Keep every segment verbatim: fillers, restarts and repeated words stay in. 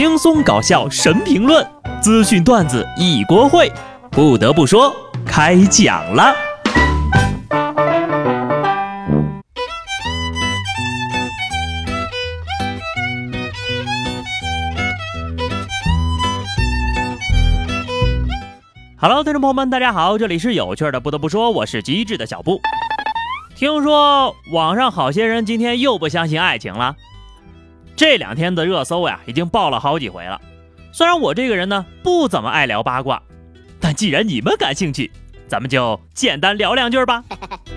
轻松搞笑神评论，资讯段子一锅烩。不得不说，开讲了。Hello， 听众朋友们，大家好，这里是有趣的。不得不说，我是机智的小布。听说网上好些人今天又不相信爱情了。这两天的热搜呀，已经爆了好几回了。虽然我这个人呢不怎么爱聊八卦，但既然你们感兴趣，咱们就简单聊两句吧。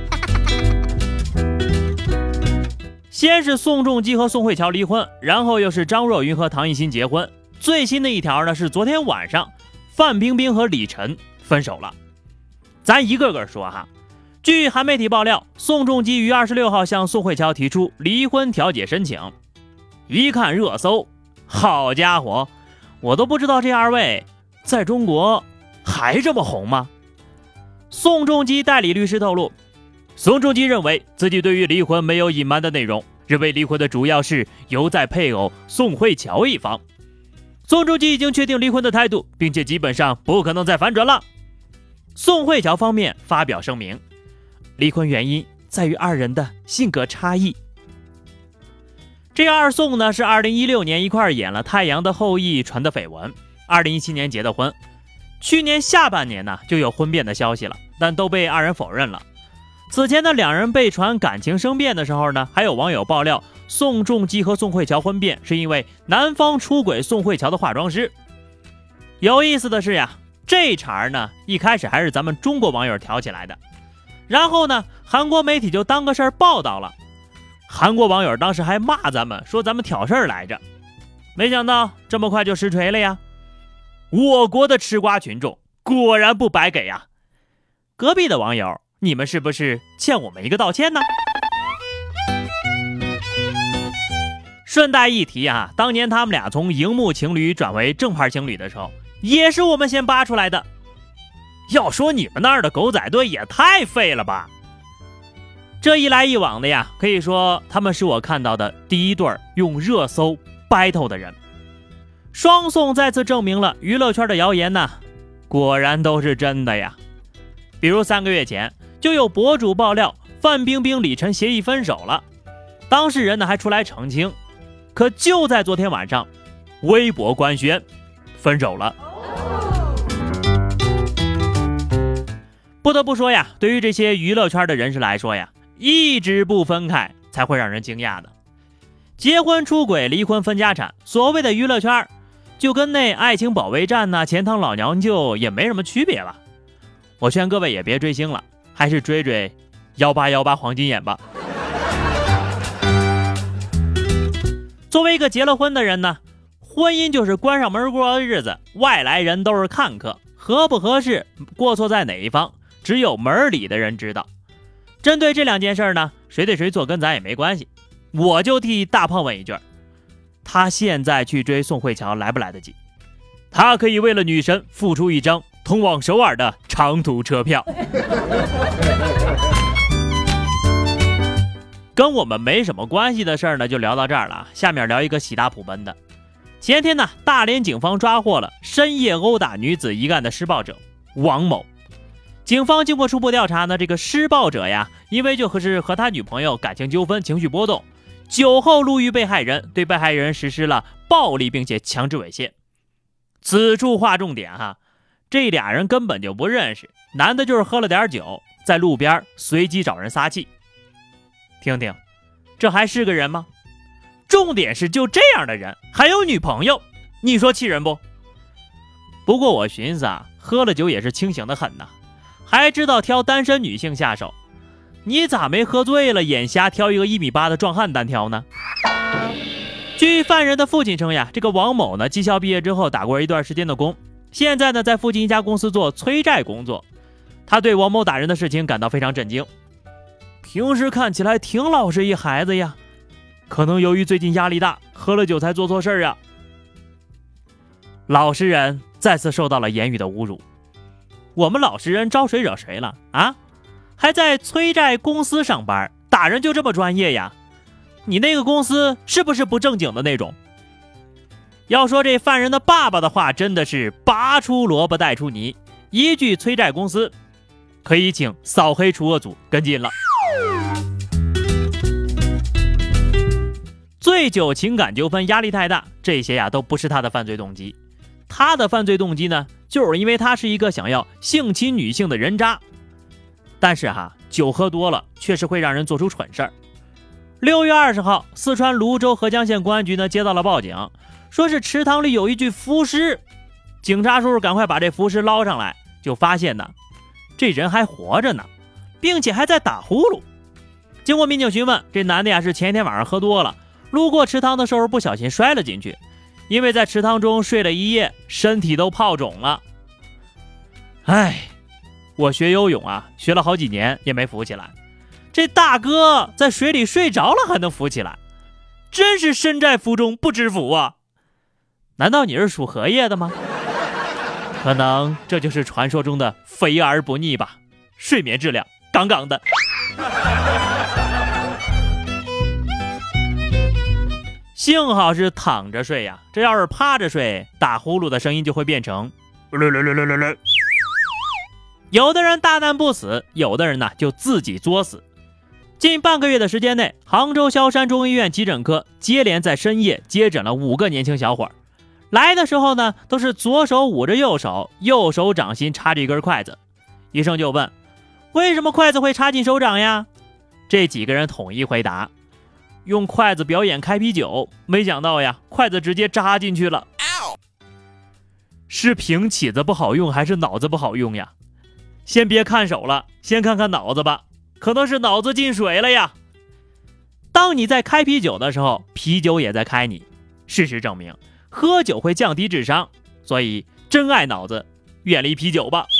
先是宋仲基和宋慧乔离婚，然后又是张若昀和唐艺昕结婚。最新的一条呢是昨天晚上范冰冰和李晨分手了。咱一个个说哈。据韩媒体爆料，宋仲基于二十六号向宋慧乔提出离婚调解申请。一看热搜，好家伙，我都不知道这二位在中国还这么红吗？宋仲基代理律师透露，宋仲基认为自己对于离婚没有隐瞒的内容，认为离婚的主要是由在配偶宋慧乔一方。宋仲基已经确定离婚的态度，并且基本上不可能再反转了。宋慧乔方面发表声明，离婚原因在于二人的性格差异。这二宋呢是二零一六年一块演了《太阳的后裔》传的绯闻，二零一七年结的婚，去年下半年呢就有婚变的消息了，但都被二人否认了。此前呢两人被传感情生变的时候呢，还有网友爆料宋仲基和宋慧乔婚变是因为男方出轨宋慧乔的化妆师。有意思的是呀，这茬呢一开始还是咱们中国网友挑起来的，然后呢韩国媒体就当个事儿报道了。韩国网友当时还骂咱们，说咱们挑事儿来着，没想到这么快就实锤了呀！我国的吃瓜群众果然不白给呀！隔壁的网友，你们是不是欠我们一个道歉呢？顺带一提啊，当年他们俩从荧幕情侣转为正牌情侣的时候，也是我们先扒出来的。要说你们那儿的狗仔队也太废了吧！这一来一往的呀，可以说他们是我看到的第一对用热搜 battle 的人。双宋再次证明了娱乐圈的谣言呢，果然都是真的呀。比如三个月前就有博主爆料范冰冰李晨协议分手了，当事人呢还出来澄清，可就在昨天晚上微博官宣分手了。不得不说呀，对于这些娱乐圈的人士来说呀，一直不分开才会让人惊讶的。结婚出轨离婚分家产，所谓的娱乐圈就跟那爱情保卫战呐、钱塘老娘舅也没什么区别吧。我劝各位也别追星了，还是追追一八一八黄金眼吧。作为一个结了婚的人呢，婚姻就是关上门过日子，外来人都是看客，合不合适，过错在哪一方，只有门里的人知道。针对这两件事呢，谁对谁错跟咱也没关系，我就替大胖问一句，他现在去追宋慧乔来不来得及？他可以为了女神付出一张通往首尔的长途车票。跟我们没什么关系的事儿呢，就聊到这儿了。下面聊一个喜大普奔的。前天呢，大连警方抓获了深夜殴打女子一案的施暴者王某。警方经过初步调查呢，这个施暴者呀，因为就是和他女朋友感情纠纷，情绪波动，酒后路遇被害人，对被害人实施了暴力并且强制猥亵。此处划重点哈，这俩人根本就不认识，男的就是喝了点酒，在路边随机找人撒气。听听，这还是个人吗？重点是就这样的人还有女朋友，你说气人不？不过我寻思啊，喝了酒也是清醒的很呐，还知道挑单身女性下手，你咋没喝醉了眼瞎挑一个一米八的壮汉单挑呢？据犯人的父亲称呀，这个王某呢，技校毕业之后打过一段时间的工，现在呢在附近一家公司做催债工作。他对王某打人的事情感到非常震惊，平时看起来挺老实一孩子呀，可能由于最近压力大，喝了酒才做错事呀。老实人再次受到了言语的侮辱。我们老实人招谁惹谁了啊？还在催债公司上班，打人就这么专业呀？你那个公司是不是不正经的那种？ 要说这犯人的爸爸的话，真的是拔出萝卜带出泥，一句催债公司，可以请扫黑除恶组跟进了。醉酒、情感纠纷、压力太大，这些呀都不是他的犯罪动机。他的犯罪动机呢，就是因为他是一个想要性侵女性的人渣。但是哈，酒喝多了确实会让人做出蠢事儿。六月二十号，四川泸州合江县公安局呢接到了报警，说是池塘里有一具浮尸。警察叔叔赶快把这浮尸捞上来，就发现呢，这人还活着呢，并且还在打呼噜。经过民警询问，这男的呀是前一天晚上喝多了，路过池塘的时候不小心摔了进去，因为在池塘中睡了一夜，身体都泡肿了。唉，我学游泳啊，学了好几年也没浮起来。这大哥在水里睡着了还能浮起来，真是身在福中不知福啊！难道你是属荷叶的吗？可能这就是传说中的肥而不腻吧，睡眠质量杠杠的。幸好是躺着睡呀，这要是趴着睡，打呼噜的声音就会变成有的人大难不死，有的人呢就自己作死。近半个月的时间内，杭州萧山中医院急诊科接连在深夜接诊了五个年轻小伙，来的时候呢都是左手捂着右手，右手掌心插着一根筷子。医生就问，为什么筷子会插进手掌呀？这几个人统一回答，用筷子表演开啤酒，没想到呀，筷子直接扎进去了。是平起子不好用还是脑子不好用呀？先别看手了，先看看脑子吧，可能是脑子进水了呀。当你在开啤酒的时候，啤酒也在开你。事实证明，喝酒会降低智商，所以真爱脑子，远离啤酒吧。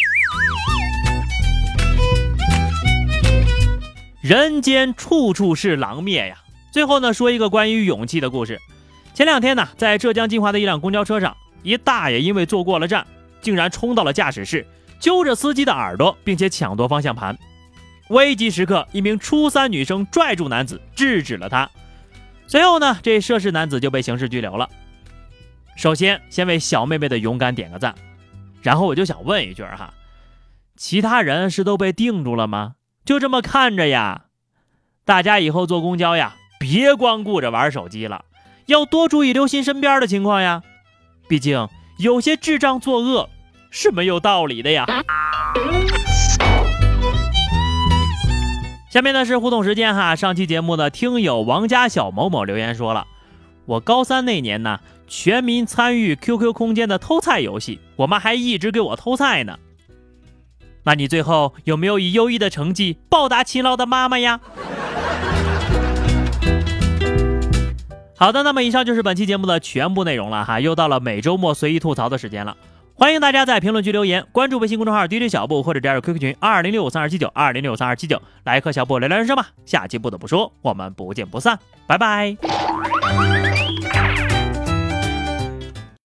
人间处处是狼灭呀。最后呢，说一个关于勇气的故事。前两天呢，在浙江金华的一辆公交车上，一大爷因为坐过了站，竟然冲到了驾驶室，揪着司机的耳朵，并且抢夺方向盘。危急时刻，一名初三女生拽住男子，制止了他。随后呢，这涉事男子就被刑事拘留了。首先，先为小妹妹的勇敢点个赞。然后我就想问一句哈，其他人是都被定住了吗？就这么看着呀？大家以后坐公交呀，别光顾着玩手机了，要多注意留心身边的情况呀。毕竟有些智障作恶是没有道理的呀。下面呢是互动时间哈，上期节目的听友王家小某某留言说了，我高三那年呢，全民参与 Q Q 空间的偷菜游戏，我妈还一直给我偷菜呢。那你最后有没有以优异的成绩报答勤劳的妈妈呀？好的，那么以上就是本期节目的全部内容了哈，又到了每周末随意吐槽的时间了。欢迎大家在评论区留言，关注微信公众号 D J 小布或者加入 Q Q 群二零六五三二七九二零六五三二七九，来和小布聊聊人生吧。下期不得不说，我们不见不散，拜拜。